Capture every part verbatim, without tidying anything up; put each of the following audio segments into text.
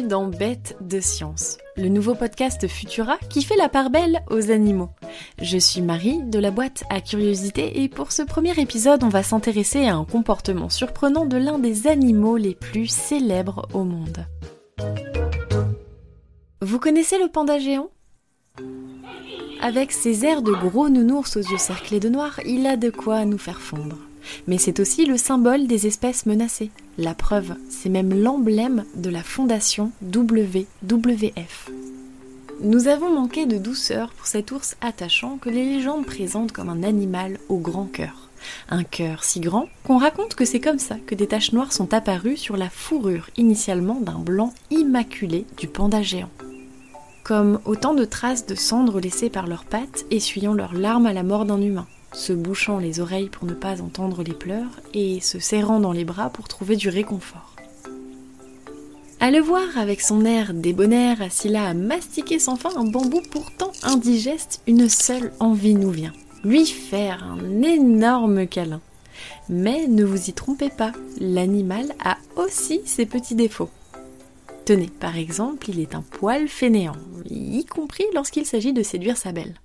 dans Bêtes de science, le nouveau podcast Futura qui fait la part belle aux animaux. Je suis Marie de la boîte à curiosité et pour ce premier épisode, on va s'intéresser à un comportement surprenant de l'un des animaux les plus célèbres au monde. Vous connaissez le panda géant ? Avec ses airs de gros nounours aux yeux cerclés de noir, il a de quoi nous faire fondre. Mais c'est aussi le symbole des espèces menacées. La preuve, c'est même l'emblème de la fondation W W F. Nous avons manqué de douceur pour cet ours attachant que les légendes présentent comme un animal au grand cœur. Un cœur si grand qu'on raconte que c'est comme ça que des taches noires sont apparues sur la fourrure initialement d'un blanc immaculé du panda géant. Comme autant de traces de cendres laissées par leurs pattes, essuyant leurs larmes à la mort d'un humain, se bouchant les oreilles pour ne pas entendre les pleurs et se serrant dans les bras pour trouver du réconfort. À le voir avec son air débonnaire assis là à mastiquer sans fin un bambou pourtant indigeste, une seule envie nous vient, lui faire un énorme câlin. Mais ne vous y trompez pas, l'animal a aussi ses petits défauts. Tenez, par exemple, il est un poil fainéant, y compris lorsqu'il s'agit de séduire sa belle.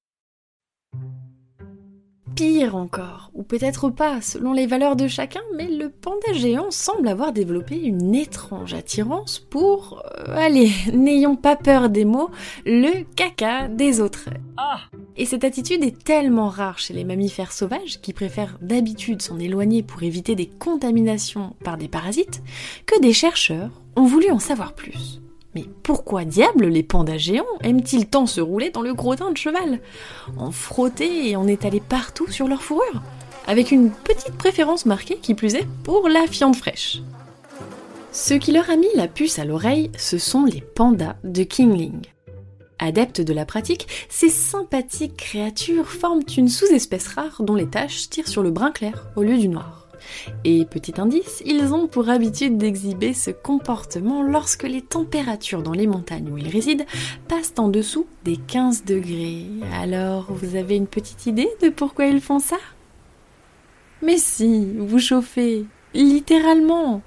Pire encore, ou peut-être pas, selon les valeurs de chacun, mais le panda géant semble avoir développé une étrange attirance pour, euh, allez, n'ayons pas peur des mots, le caca des autres. Ah. Et cette attitude est tellement rare chez les mammifères sauvages, qui préfèrent d'habitude s'en éloigner pour éviter des contaminations par des parasites, que des chercheurs ont voulu en savoir plus. Mais pourquoi diable les pandas géants aiment-ils tant se rouler dans le crottin de cheval, en frotter et en étaler partout sur leur fourrure, avec une petite préférence marquée qui plus est pour la viande fraîche. Ce qui leur a mis la puce à l'oreille, ce sont les pandas de Qingling. Adeptes de la pratique, ces sympathiques créatures forment une sous-espèce rare dont les taches tirent sur le brun clair au lieu du noir. Et petit indice, ils ont pour habitude d'exhiber ce comportement lorsque les températures dans les montagnes où ils résident passent en dessous des quinze degrés. Alors, vous avez une petite idée de pourquoi ils font ça ? Mais si, vous chauffez, littéralement.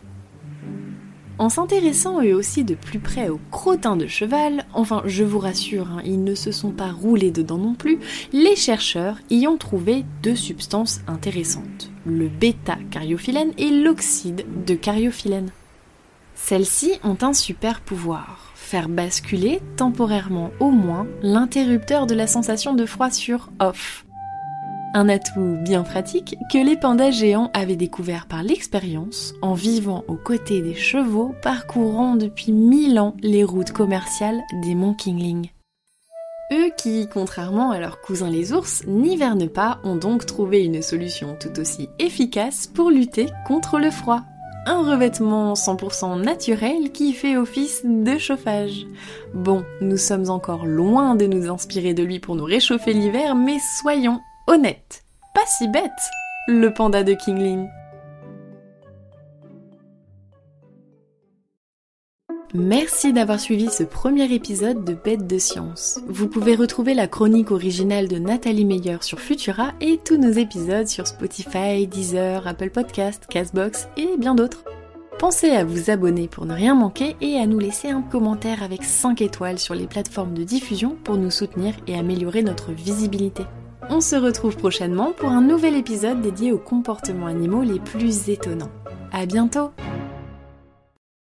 En s'intéressant eux aussi de plus près au crottin de cheval, enfin je vous rassure, hein, ils ne se sont pas roulés dedans non plus, les chercheurs y ont trouvé deux substances intéressantes, le bêta-cariophyllène et l'oxyde de cariophyllène. Celles-ci ont un super pouvoir, faire basculer temporairement au moins l'interrupteur de la sensation de froid sur off. Un atout bien pratique que les pandas géants avaient découvert par l'expérience en vivant aux côtés des chevaux parcourant depuis mille ans les routes commerciales des monts Qingling. Eux qui, contrairement à leurs cousins les ours, n'hivernent pas, ont donc trouvé une solution tout aussi efficace pour lutter contre le froid. Un revêtement cent pour cent naturel qui fait office de chauffage. Bon, nous sommes encore loin de nous inspirer de lui pour nous réchauffer l'hiver, mais soyons honnête, pas si bête, le panda de Qingling. Merci d'avoir suivi ce premier épisode de Bêtes de science. Vous pouvez retrouver la chronique originale de Nathalie Meyer sur Futura et tous nos épisodes sur Spotify, Deezer, Apple Podcasts, Castbox et bien d'autres. Pensez à vous abonner pour ne rien manquer et à nous laisser un commentaire avec cinq étoiles sur les plateformes de diffusion pour nous soutenir et améliorer notre visibilité. On se retrouve prochainement pour un nouvel épisode dédié aux comportements animaux les plus étonnants. À bientôt!